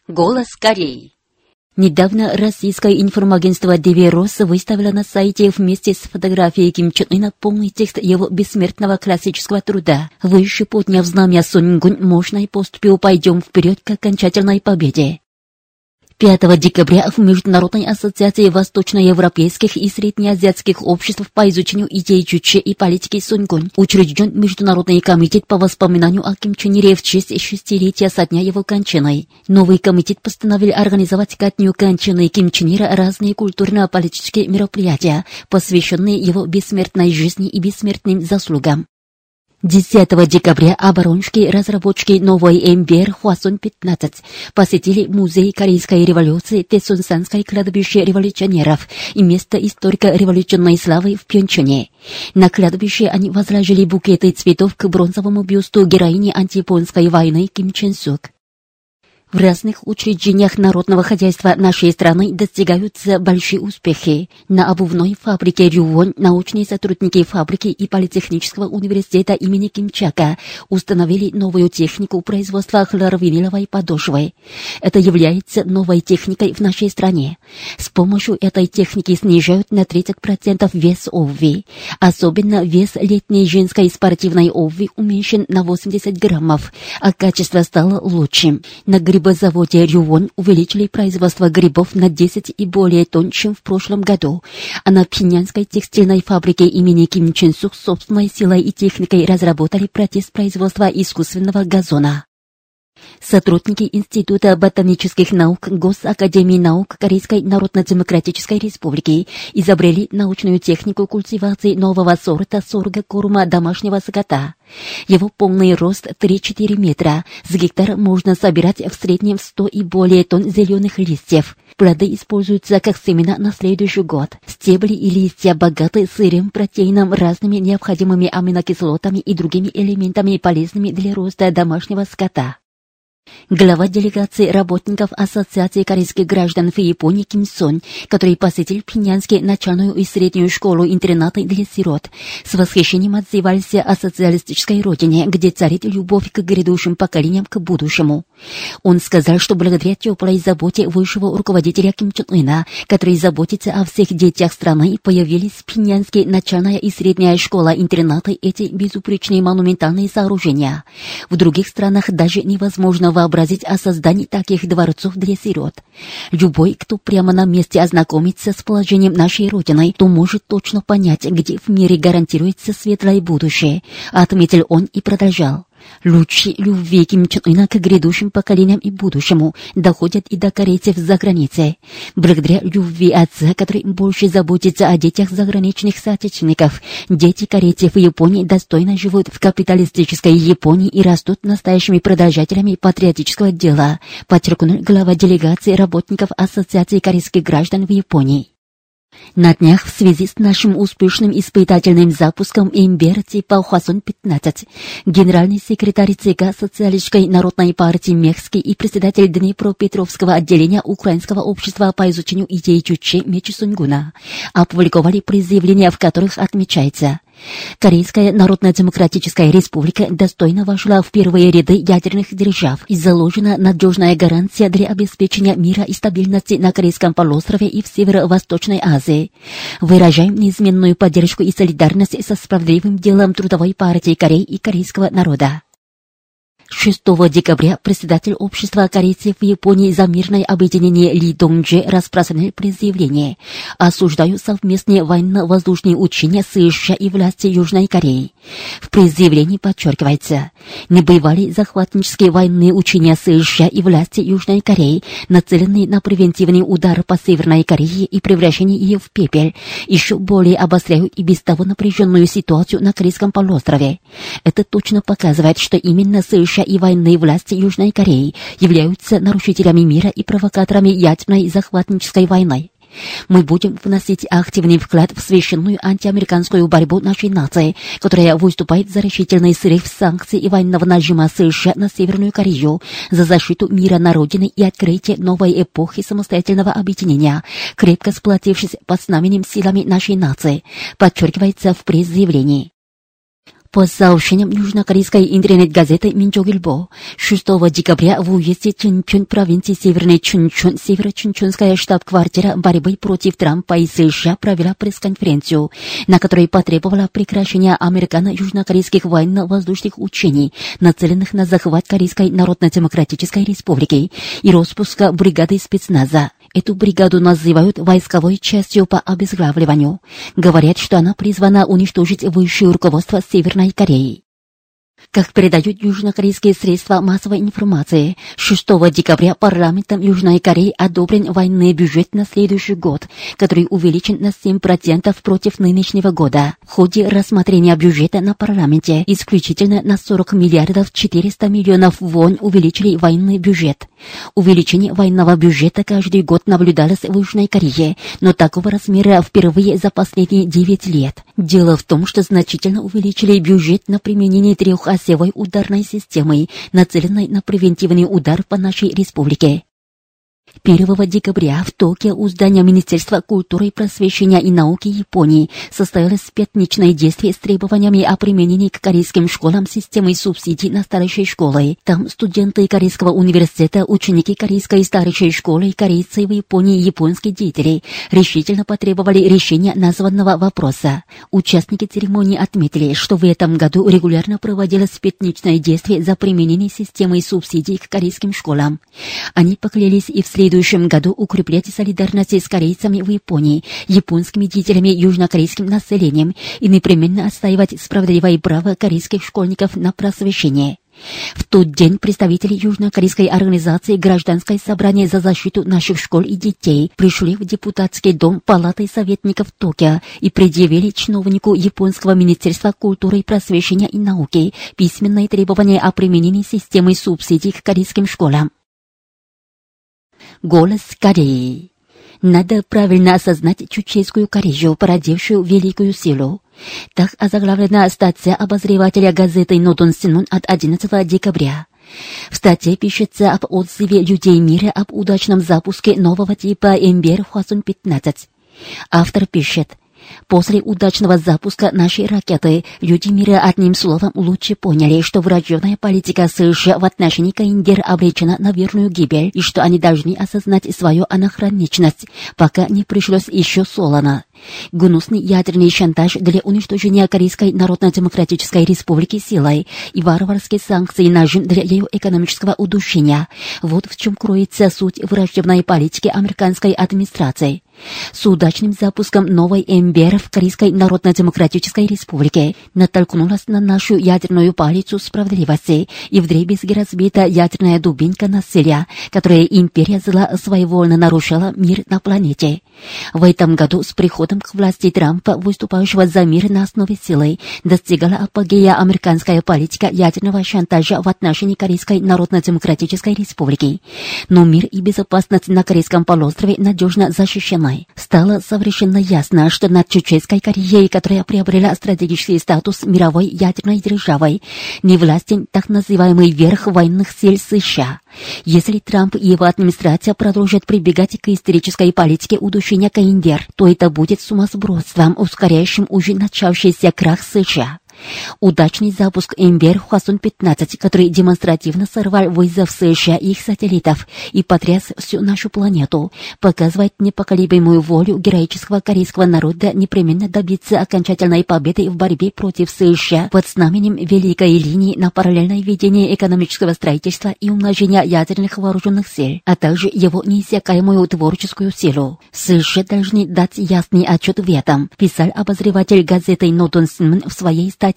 Голос Кореи. Недавно российское информагентство «Диверос» выставило на сайте вместе с фотографией Ким Чен Ына полный текст его бессмертного классического труда. Выше подняв знамя Сунгун, мощной поступью пойдем вперед к окончательной победе. 5 декабря в Международной ассоциации восточноевропейских и среднеазиатских обществ по изучению идей Чучхе и политики Сунгун учрежден Международный комитет по воспоминанию о Ким Чен Ире в честь 6-летия со дня его кончины. Новый комитет постановил организовать ко дню кончины Ким Чен Ира разные культурно-политические мероприятия, посвященные его бессмертной жизни и бессмертным заслугам. 10 декабря оборонщики разработчики новой МБР Хвасон-15 посетили музей Корейской революции Тэсунсанское кладбище революционеров и место историко-революционной славы в Пхенчхане. На кладбище они возложили букеты цветов к бронзовому бюсту героини антияпонской войны Ким Чен Сук. В разных учреждениях народного хозяйства нашей страны достигаются большие успехи. На обувной фабрике Рювон научные сотрудники фабрики и политехнического университета имени Ким Чака установили новую технику производства хлоровиниловой подошвы. Это является новой техникой в нашей стране. С помощью этой техники снижают на 30% вес обуви. Особенно вес летней женской спортивной обуви уменьшен на 80 граммов, а качество стало лучшим. На грибозаводе Рювон увеличили производство грибов на 10 и более тонн, чем в прошлом году, а на Пхеньянской текстильной фабрике имени Ким Чен Сук собственной силой и техникой разработали протез производства искусственного газона. Сотрудники Института ботанических наук Госакадемии наук Корейской Народно-Демократической Республики изобрели научную технику культивации нового сорта сорго-корма домашнего скота. Его полный рост 3-4 метра. С гектара можно собирать в среднем 100 и более тонн зеленых листьев. Плоды используются как семена на следующий год. Стебли и листья богаты сырым, протеином, разными необходимыми аминокислотами и другими элементами, полезными для роста домашнего скота. Глава делегации работников Ассоциации корейских граждан в Японии Ким Сон, который посетил Пхеньянскую начальную и среднюю школу-интернаты для сирот, с восхищением отзывался о социалистической родине, где царит любовь к грядущим поколениям, к будущему. Он сказал, что благодаря теплой заботе высшего руководителя Ким Чен Ына, который заботится о всех детях страны, появились в Пхеньянской начальная и средняя школа-интернаты эти безупречные монументальные сооружения. В других странах даже невозможно вообразить о создании таких дворцов для сирот. Любой, кто прямо на месте ознакомится с положением нашей Родины, то может точно понять, где в мире гарантируется светлое будущее, отметил он и продолжал. Лучи любви Ким Чен Ына к грядущим поколениям и будущему доходят и до корейцев за границей. Благодаря любви отца, который больше заботится о детях заграничных соотечественников, дети корейцев в Японии достойно живут в капиталистической Японии и растут настоящими продолжателями патриотического дела, подчеркнул глава делегации работников Ассоциации корейских граждан в Японии. На днях в связи с нашим успешным испытательным запуском МБР типа Хвасон-15 генеральный секретарь ЦК Социалистической народной партии Мехский и председатель Днепропетровского отделения Украинского общества по изучению идей Чучхе Мечи Сунгуна опубликовали призывления, в которых отмечается: Корейская Народно-Демократическая Республика достойно вошла в первые ряды ядерных держав и заложена надежная гарантия для обеспечения мира и стабильности на Корейском полуострове и в Северо-Восточной Азии. Выражаем неизменную поддержку и солидарность со справедливым делом Трудовой партии Кореи и корейского народа. 6 декабря председатель общества корейцев в Японии за мирное объединение Ли Донгже распространил призывление: осуждаю совместные военно-воздушные учения США и власти Южной Кореи. В призывлении подчеркивается: небывалые захватнические военные учения США и власти Южной Кореи, нацеленные на превентивный удар по Северной Корее и превращение ее в пепел, еще более обостряют и без того напряженную ситуацию на Корейском полуострове. Это точно показывает, что именно США и военные власти Южной Кореи являются нарушителями мира и провокаторами ядерной захватнической войны. Мы будем вносить активный вклад в священную антиамериканскую борьбу нашей нации, которая выступает за решительный срыв санкций и военного нажима США на Северную Корею, за защиту мира на родине и открытие новой эпохи самостоятельного объединения, крепко сплотившись под знаменем силами нашей нации, подчеркивается в пресс-заявлении. По сообщениям южнокорейской интернет-газеты «Минчжоу-Ильбо», 6 декабря в уезде Чунчун провинции Северный Чунчун, Северо-Чунчунская штаб-квартира борьбы против Трампа и США провела пресс-конференцию, на которой потребовала прекращения американо-южнокорейских военно-воздушных учений, нацеленных на захват Корейской Народно-Демократической Республики, и распуска бригады спецназа. Эту бригаду называют войсковой частью по обезглавливанию. Говорят, что она призвана уничтожить высшее руководство Северной Кореи. Как передают южнокорейские средства массовой информации, 6 декабря парламентом Южной Кореи одобрен военный бюджет на следующий год, который увеличен на 7% против нынешнего года. В ходе рассмотрения бюджета на парламенте исключительно на 40 миллиардов 400 миллионов вон увеличили военный бюджет. Увеличение военного бюджета каждый год наблюдалось в Южной Корее, но такого размера впервые за последние 9 лет. Дело в том, что значительно увеличили бюджет на применение трехосевой ударной системы, нацеленной на превентивный удар по нашей республике. 1 декабря в Токио у здания Министерства культуры, просвещения и науки Японии состоялось пятничное действие с требованиями о применении к корейским школам системы субсидий на старшей школы. Там студенты Корейского университета, ученики Корейской старшей школы, корейцы в Японии и японские деятели решительно потребовали решения названного вопроса. Участники церемонии отметили, что в этом году регулярно проводилось пятничное действие за применение системы субсидий к корейским школам. Они поклялись и в следующем году укреплять солидарность с корейцами в Японии, японскими деятелями, южнокорейским населением и непременно отстаивать справедливое право корейских школьников на просвещение. В тот день представители южнокорейской организации «Гражданское собрание за защиту наших школ и детей» пришли в депутатский дом Палаты советников Токио и предъявили чиновнику Японского Министерства культуры, просвещения и науки письменные требования о применении системы субсидий к корейским школам. Голос Кореи. Надо правильно осознать чучейскую Корею, породившую великую силу. Так озаглавлена статья обозревателя газеты «Нодон Синун» от 11 декабря. В статье пишется об отзыве людей мира об удачном запуске нового типа МБР Хвасон-15. Автор пишет: после удачного запуска нашей ракеты люди мира одним словом лучше поняли, что врожденная политика США в отношении КНДР обречена на верную гибель и что они должны осознать свою анахроничность, пока не пришлось еще солоно. Гнусный ядерный шантаж для уничтожения Корейской Народно-Демократической Республики силой и варварские санкции и нажим для ее экономического удушения – вот в чем кроется суть враждебной политики американской администрации. С удачным запуском новой МБР в Корейской Народно-Демократической Республике натолкнулась на нашу ядерную палицу справедливости и вдребезги разбита ядерная дубинка насилия, которая империя зла своевольно нарушала мир на планете. В этом году с приходом к власти Трампа, выступающего за мир на основе силы, достигала апогея американская политика ядерного шантажа в отношении Корейской Народно-Демократической Республики. Но мир и безопасность на Корейском полуострове надежно защищены. Стало совершенно ясно, что над Чучейской Кореей, которая приобрела стратегический статус мировой ядерной державой, не властен так называемый верх военных сил США. Если Трамп и его администрация продолжат прибегать к исторической политике удушения КНДР, то это будет сумасбродством, ускоряющим уже начавшийся крах США. Удачный запуск МБР Хвасон-15, который демонстративно сорвал вызов США и их сателлитов и потряс всю нашу планету, показывает непоколебимую волю героического корейского народа непременно добиться окончательной победы в борьбе против США под знаменем Великой линии на параллельное ведение экономического строительства и умножения ядерных вооруженных сил, а также его неиссякаемую творческую силу. США должны дать ясный отчет в этом, писал обозреватель газеты «Нодон Синун» в своей статье.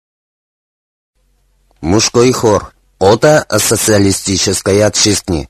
Мужской хор. Ода социалистической отчизны.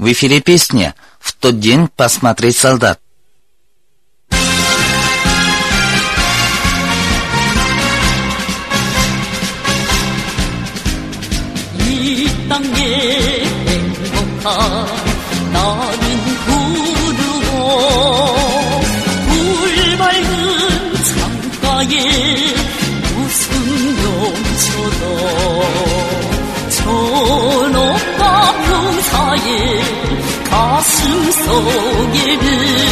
В эфире песня «В тот день посмотреть солдат». 이 땅에 행복한 나는 구르고 붉은 창가에 웃음 넘쳐도 천옥과 평사에 가슴 속에는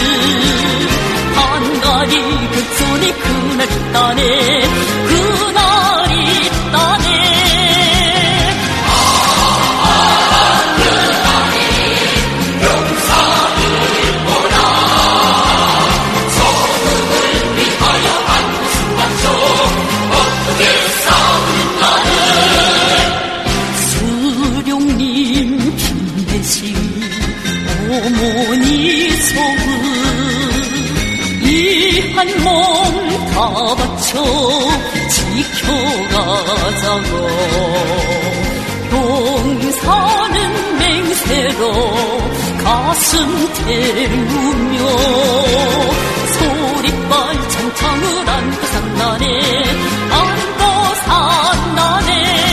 한가리 극손이 그날 있다네 그날 있다네 어머니 속은 이 한 몸 다 바쳐 지켜가자고 동사는 맹세로 가슴 태우며 소리빨 창창을 안고 산다네 안고 산다네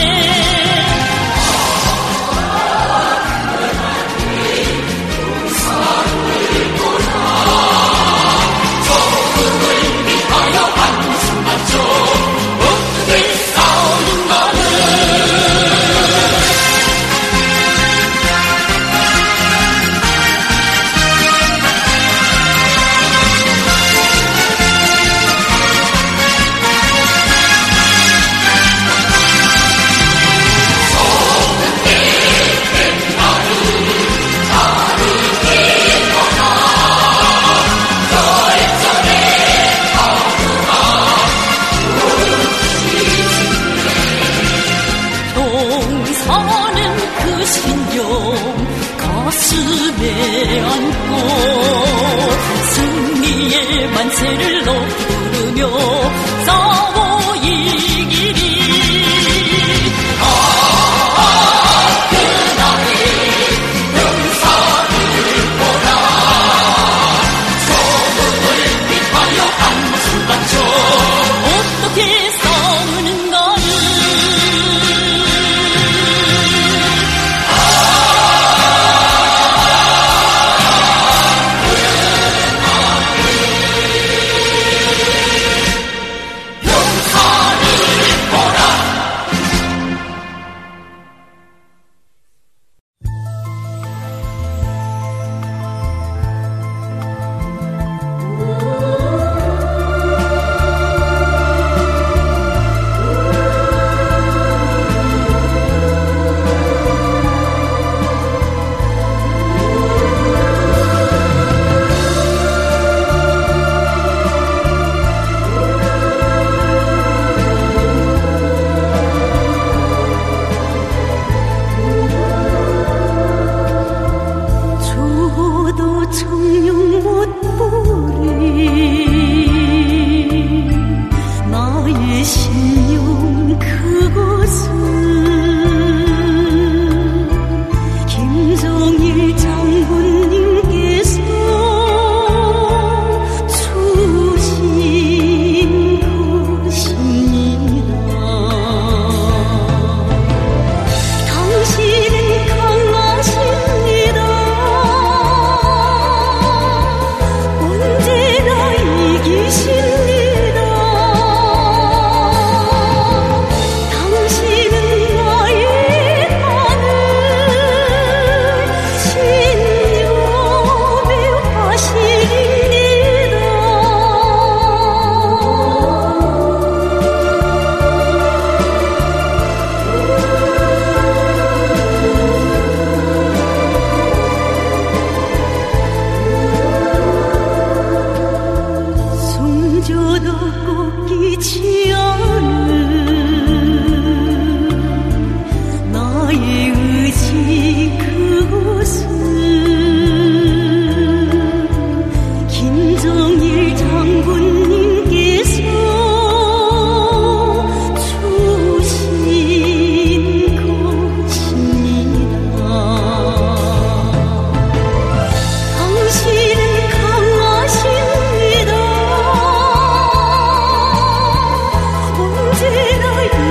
가슴에 안고 승리의 만세를 높이 부르며 싸워 이기리 그날의 영상을 보라 소금을 빛하여 한숨 바쳐 어떻게 싸우는가를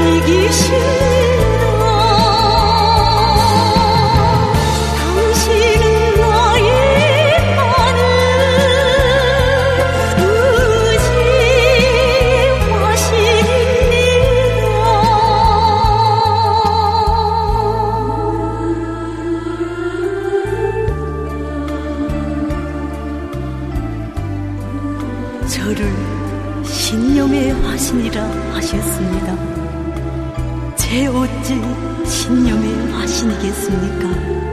저를 신념의 화신이라 하셨습니다. 제 어찌 신념의 화신이겠습니까?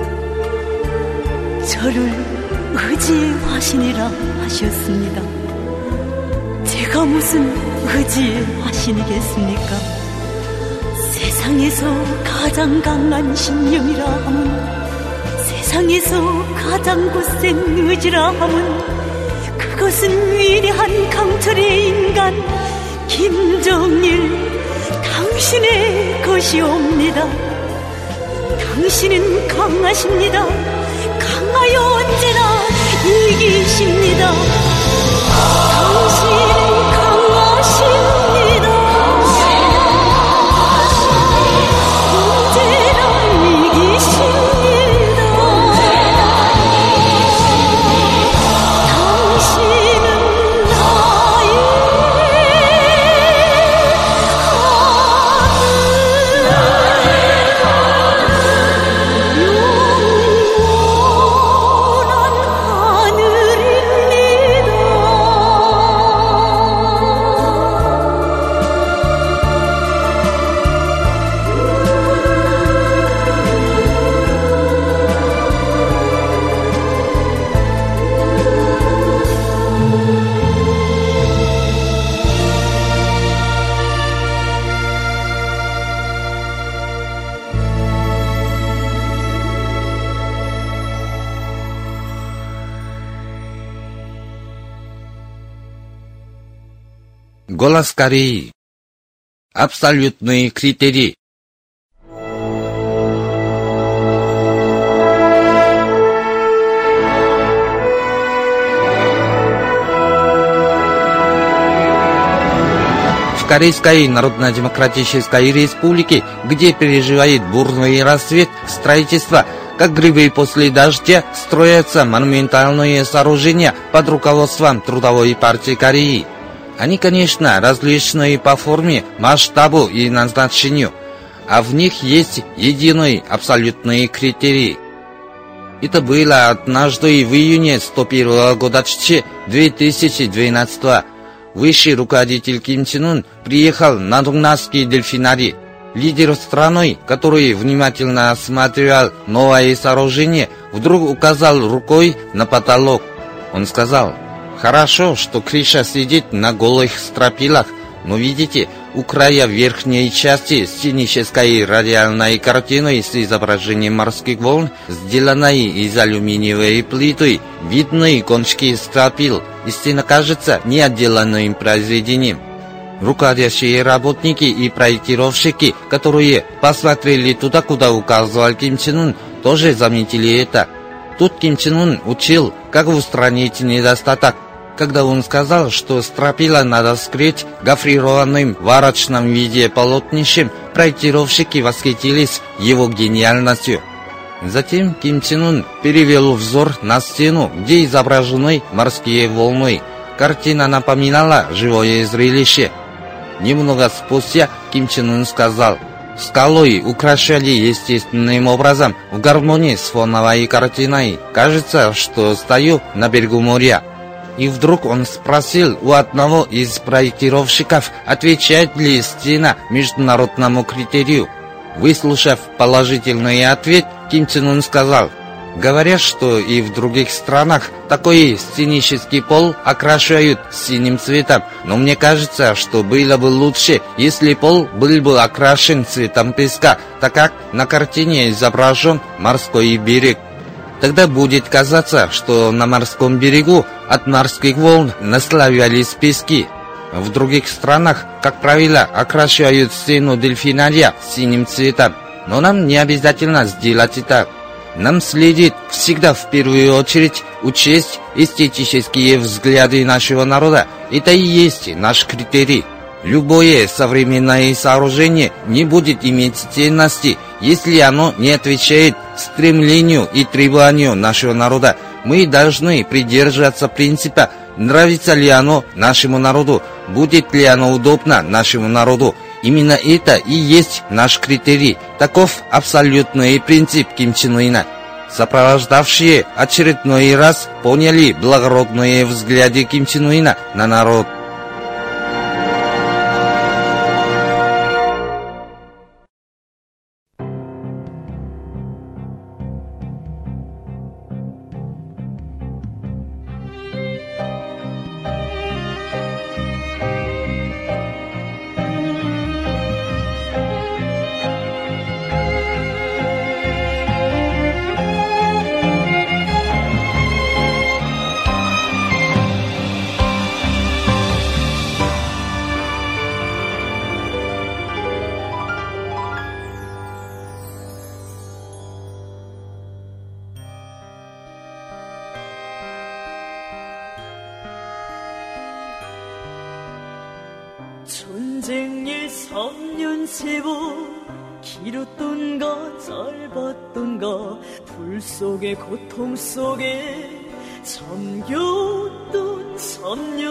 저를 의지의 화신이라 하셨습니다. 제가 무슨 의지의 화신이겠습니까? 세상에서 가장 강한 신념이라 하면, 세상에서 가장 굳센 의지라 하면, 그것은 위대한 강철의 인간 김정일 당신의 것이옵니다. 당신은 강하십니다. 강하여 언제나 이기십니다. 당신은 강하십니다. 언제나 이기십니다. Голос Кореи. Абсолютные критерии. В Корейской Народно-Демократической Республике, где переживает бурный расцвет строительства, как грибы после дождя, строятся монументальные сооружения под руководством Трудовой партии Кореи. Они, конечно, различные по форме, масштабу и назначению, а в них есть единый абсолютный критерий. Это было однажды в июне 101 года 2012. Высший руководитель Ким Чен Ын приехал на Дуннасский дельфинарий. Лидер страны, который внимательно осматривал новое сооружение, вдруг указал рукой на потолок. Он сказал: «Хорошо, что крыша сидит на голых стропилах, но видите, у края верхней части сценической радиальной картины с изображением морских волн, сделанной из алюминиевой плиты, видны кончики стропил, и стена кажется неотделанным произведением». Руководящие работники и проектировщики, которые посмотрели туда, куда указывал Ким Чен Ын, тоже заметили это. Тут Ким Чен Ын учил, как устранить недостаток. Когда он сказал, что стропила надо скрыть гофрированным в арочном виде полотнищем, проектировщики восхитились его гениальностью. Затем Ким Чен Ын перевел взор на стену, где изображены морские волны. Картина напоминала живое зрелище. Немного спустя Ким Чен Ын сказал: «Скалой украшали естественным образом, в гармонии с фоновой картиной. Кажется, что стою на берегу моря». И вдруг он спросил у одного из проектировщиков, отвечает ли стена международному критерию. Выслушав положительный ответ, Ким Чен Ын сказал: «Говорят, что и в других странах такой сценический пол окрашивают синим цветом, но мне кажется, что было бы лучше, если пол был бы окрашен цветом песка, так как на картине изображен морской берег. Тогда будет казаться, что на морском берегу от морских волн наслаивались пески. В других странах, как правило, окрашивают стену дельфинария синим цветом, но нам не обязательно сделать это. Нам следует всегда в первую очередь учесть эстетические взгляды нашего народа. Это и есть наш критерий. Любое современное сооружение не будет иметь ценности, если оно не отвечает стремлению и требованию нашего народа. Мы должны придерживаться принципа, нравится ли оно нашему народу, будет ли оно удобно нашему народу. Именно это и есть наш критерий. Таков абсолютный принцип Ким Чен Ына. Сопровождавшие очередной раз поняли благородные взгляды Ким Чен Ына на народ. 전쟁의 3년 세월 길었던가 짧았던가 불 속에 고통 속에 잠겼던 3년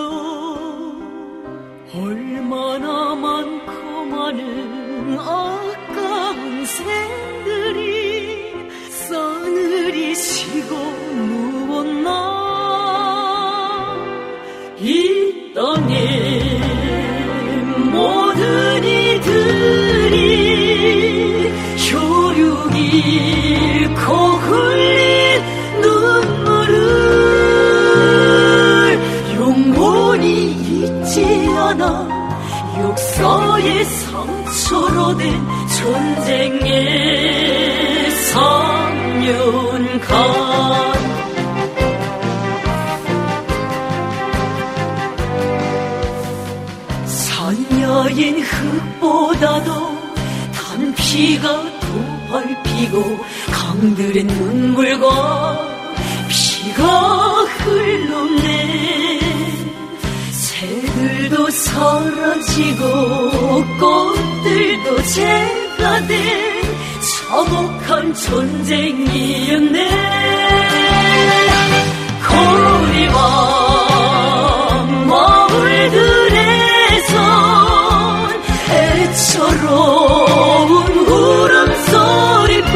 얼마나 많고 많은 아까운 샘들이 싸늘히 쉬고 누웠나 이 땅에 모든 이들이 혈육 잃고 흘린 눈물을 영원히 잊지 않아 역사의 상처로 된 전쟁의 3년간 산야인 흙보다도 단피가 더 밟히고 강들의 눈물과 피가 흘렀네 새들도 사라지고 꽃들도 재가 된 참혹한 전쟁이었네 거리와 마을들에선 애처로운 울음소리뿐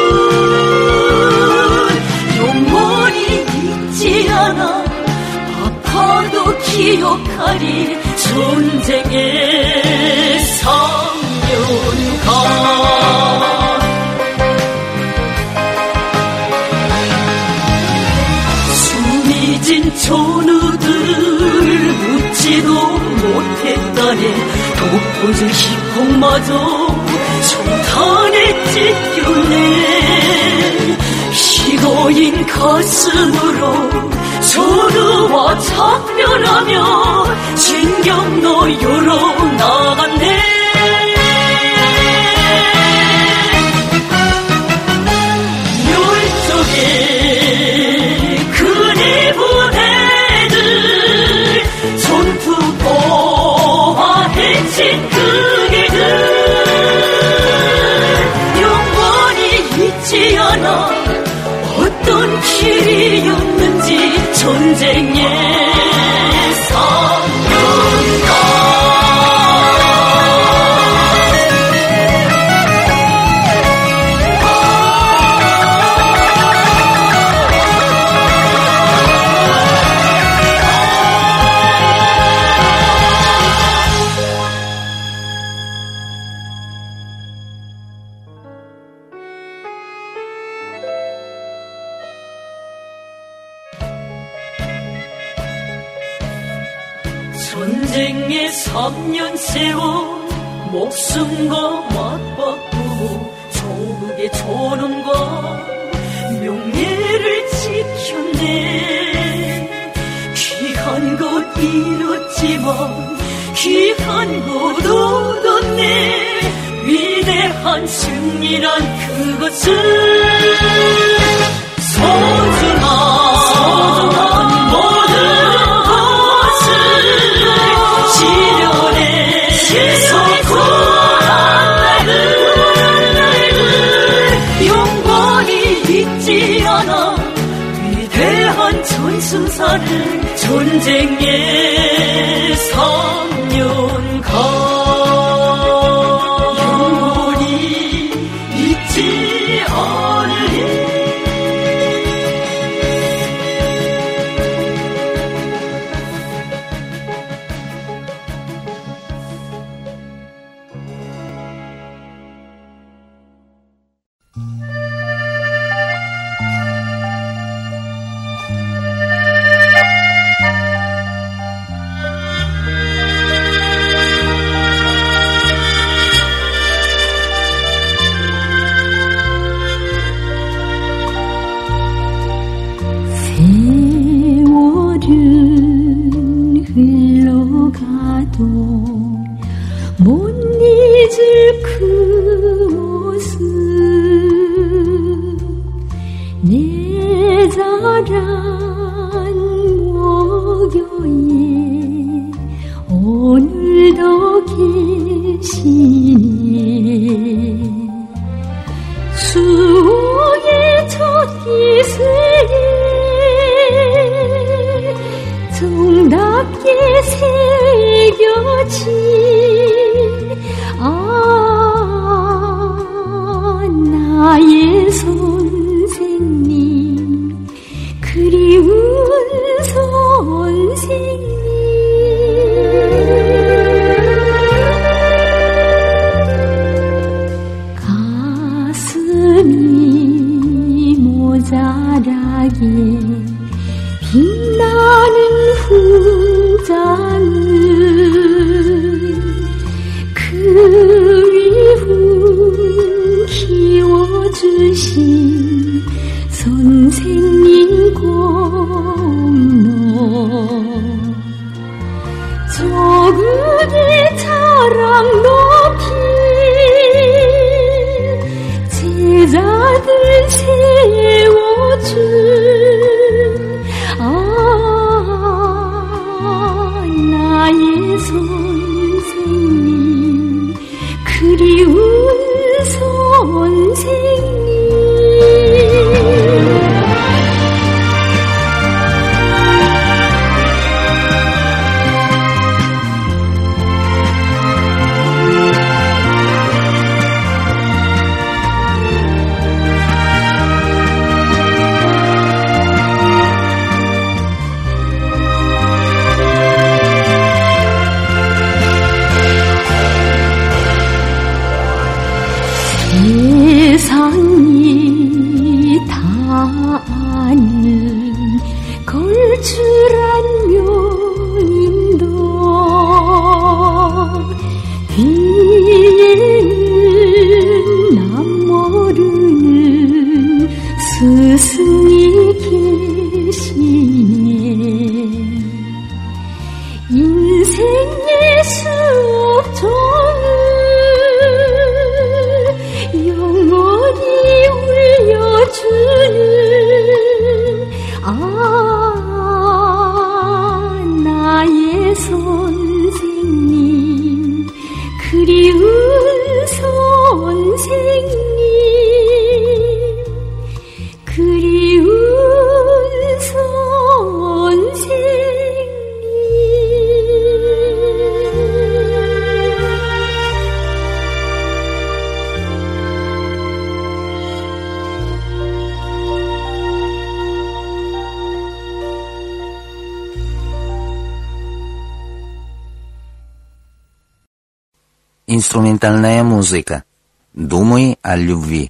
영원히 잊지 않아 아파도 기억하리 전쟁의 3년간 숨이 진 전우들을 묻지도 못했다네 독보질 희곡마저 정탄에 찢겼네 희거인 가슴으로 전우와 작별하며 진경로 열어 나갔네 열적의 그네 부대들 전투포와 해친 그게들 영원히 잊지 않아 어떤 길이었는지 전쟁의 3년간 전쟁의 3년 세월 목숨과 맞바꾸고 조국의 존엄과 명예를 지켰네 귀한 것 잃었지만 귀한 것 얻었네 위대한 승리란 그것은 소중한 모든 것을 지려내 전쟁의 3년간 영원히 잊지 않으리. 세월은 흘러가도 못 잊을 그 모습 내 자란 목요에 오늘도 계시네. 수호의 첫 기세에 정답게 새겨진 나의 선생님, 그리운 선생님. 가슴이 모자라게 빛나는 훈장을 그 위훈 키워주신 선생님 공로 조국의 자랑 높이 제자들 세워준 나의 선생님, 그리운 선생님. 세상이 다 아는 걸출한 명인도 위에는 남 모르는 스승이 계시네. 인생의 수업종을 영원히 울려주는 나의 선생님, 그리운 선생님, 그리운 선생님. Инструментальная музыка. Думай о любви.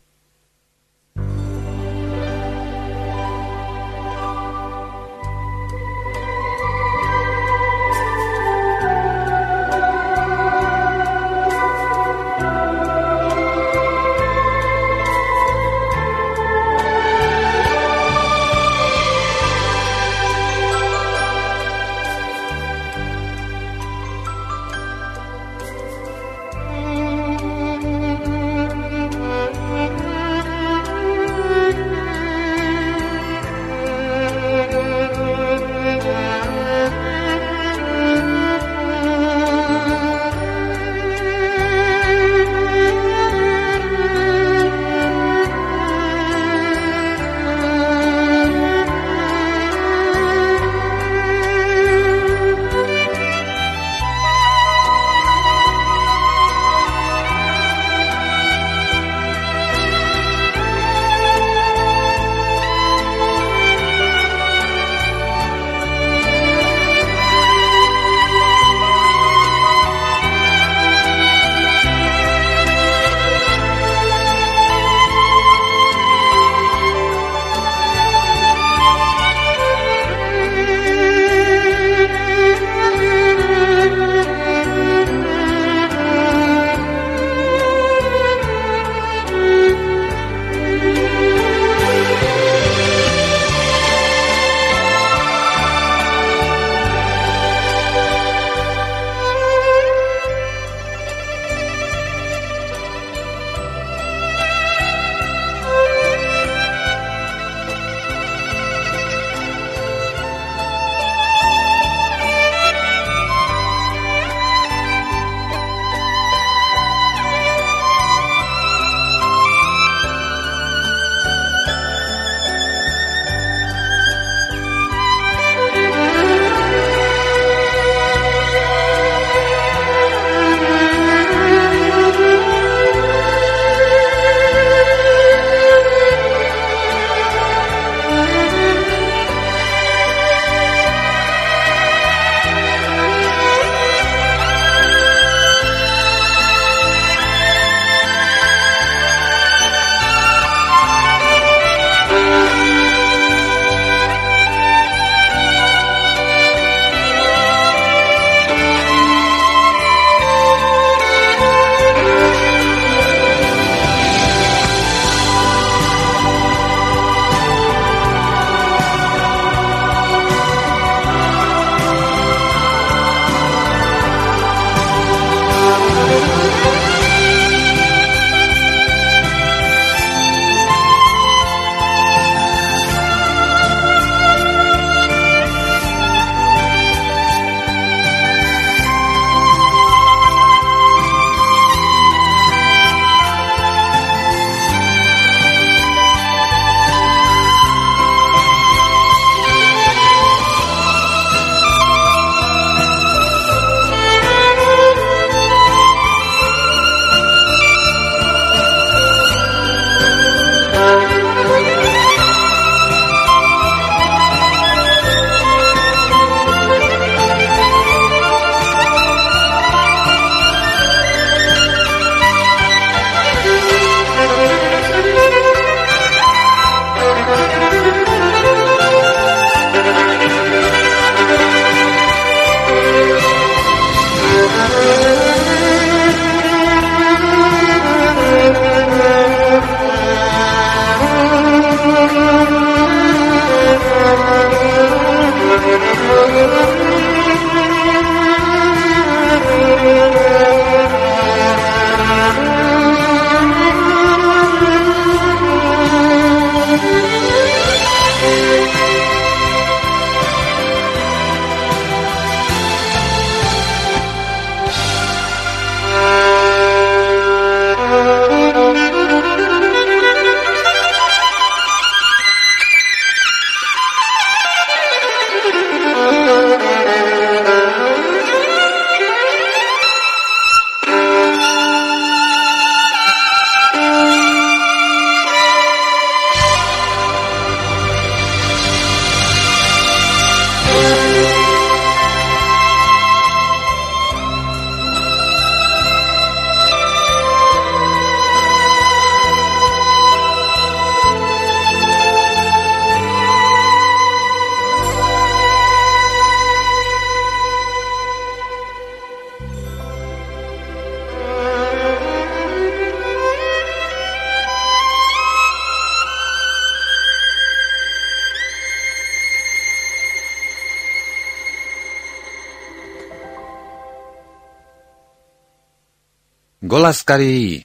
Голос Кореи.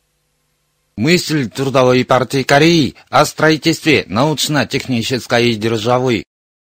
Мысль Трудовой партии Кореи о строительстве научно-технической державы.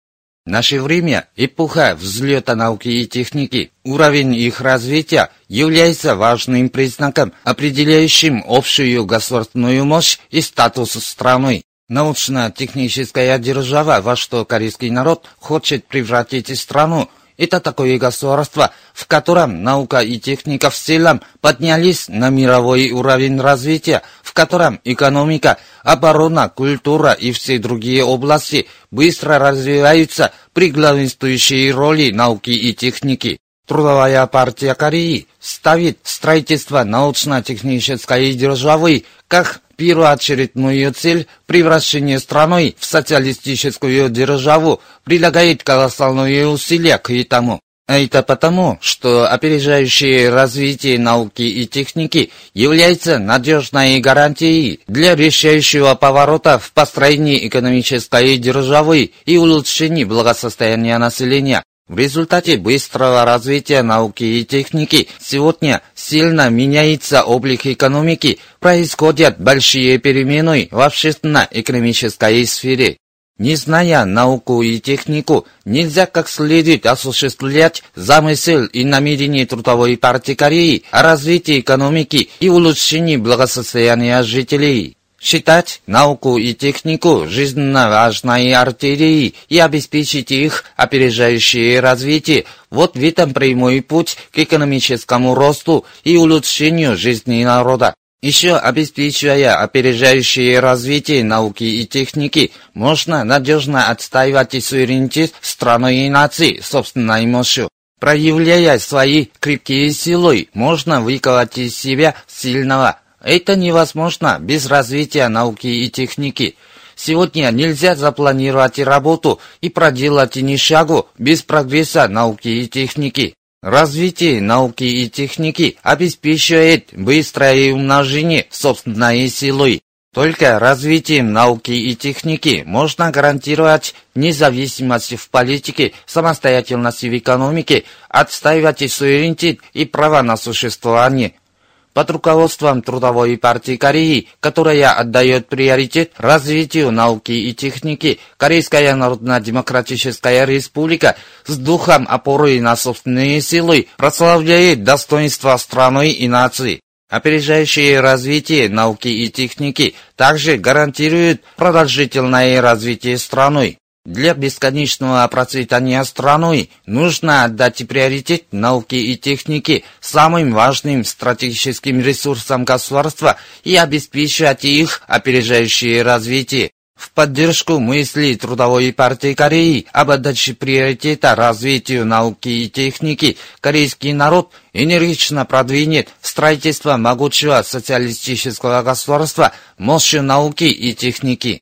В наше время эпоха взлета науки и техники. Уровень их развития является важным признаком, определяющим общую государственную мощь и статус страны. Научно-техническая держава, во что корейский народ хочет превратить страну, это такое государство, в котором наука и техника в целом поднялись на мировой уровень развития, в котором экономика, оборона, культура и все другие области быстро развиваются при главенствующей роли науки и техники. Трудовая партия Кореи ставит строительство научно-технической державы как первоочередную цель превращения страны в социалистическую державу, прилагает колоссальные усилия к этому. А это потому, что опережающее развитие науки и техники является надежной гарантией для решающего поворота в построении экономической державы и улучшении благосостояния населения. В результате быстрого развития науки и техники сегодня сильно меняется облик экономики, происходят большие перемены в общественно-экономической сфере. Не зная науку и технику, нельзя как следует осуществлять замысел и намерение Трудовой партии Кореи о развитии экономики и улучшении благосостояния жителей. Считать науку и технику жизненно важной артерией и обеспечить их опережающее развитие – вот в этом прямой путь к экономическому росту и улучшению жизни народа. Еще обеспечивая опережающее развитие науки и техники, можно надежно отстаивать суверенитет страны и нации собственной мощью. Проявляя свои крепкие силы, можно выковать из себя сильного. Это невозможно без развития науки и техники. Сегодня нельзя запланировать работу и проделать ни шагу без прогресса науки и техники. Развитие науки и техники обеспечивает быстрое умножение собственной силы. Только развитием науки и техники можно гарантировать независимость в политике, самостоятельность в экономике, отстаивать суверенитет и право на существование. Под руководством Трудовой партии Кореи, которая отдает приоритет развитию науки и техники, Корейская Народно-Демократическая Республика с духом опоры на собственные силы прославляет достоинства страны и нации. Опережающее развитие науки и техники также гарантирует продолжительное развитие страны. Для бесконечного процветания страны нужно отдать приоритет науке и технике, самым важным стратегическим ресурсам государства, и обеспечивать их опережающее развитие. В поддержку мысли Трудовой партии Кореи об отдаче приоритета развитию науки и техники, корейский народ энергично продвинет строительство могучего социалистического государства мощью науки и техники.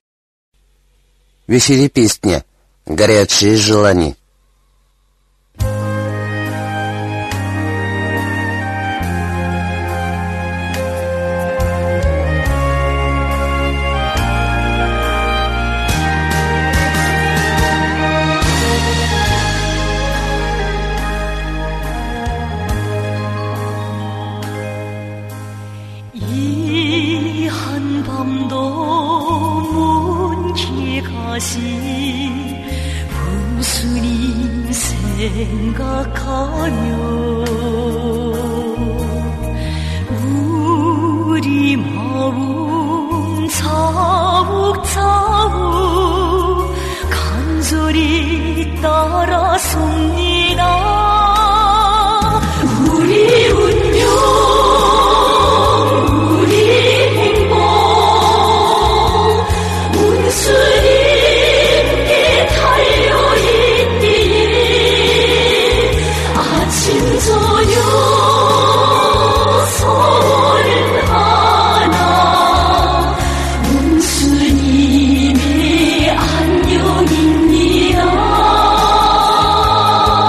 В эфире песня «Горячие желания». 이 한밤도 먼길 가시 부스님 생각하며 우리 마음 차곡차곡 간절히 따라섭니다. 우리 운명 예수님께 달려있기에 아침 저녁 서른 하나 예수님의 안녕입니다.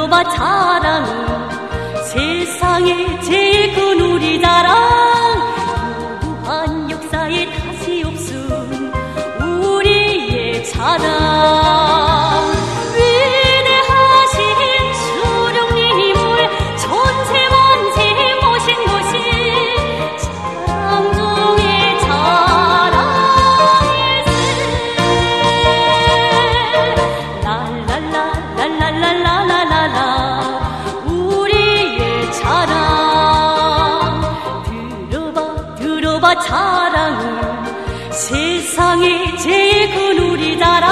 들어봐 자랑은 세상에 제일 큰 우리 자랑 무한 역사에 다시 없음 우리의 자랑 위대하신 수령님을 전세만세 모신 것이 자랑 중에 자랑이세 랄랄랄랄랄랄랄랄라 우리의 자랑 들어봐 자랑은 세상에 제일 큰 우리 자랑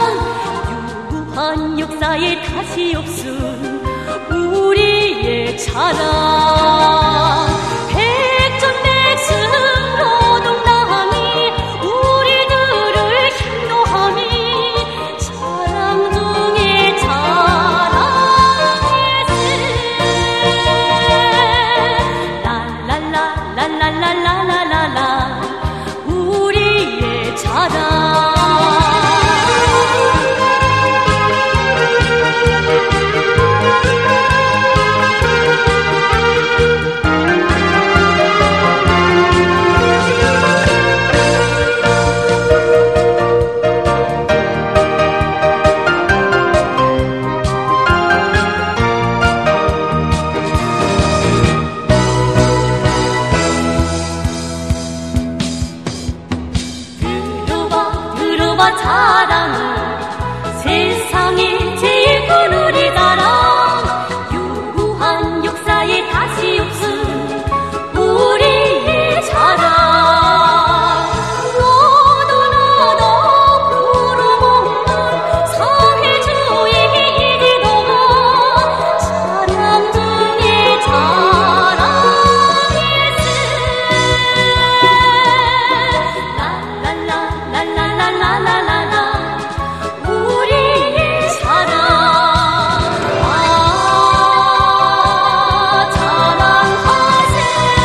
유구한 역사에 다시 없음 우리의 자랑 백전백승 노동당이 우리들을 향도함이 자랑 중에 자랑이세 랄랄랄랄랄랄랄라 우리의 자랑 들어봐 자랑은 세상에 제일 큰 우리 자랑 유구한 역사에 다시 없음 우리의 자랑 너도 부러먹는 사회주의이기도 자랑 중에 자랑이세 랄랄랄랄랄랄랄라 우리의 자랑 자랑하세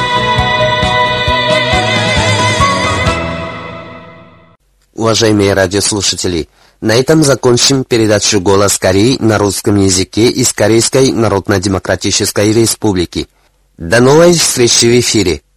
Уважаемые радиослушатели, на этом закончим передачу «Голос Кореи» на русском языке из Корейской Народно-Демократической Республики. До новой встречи в эфире!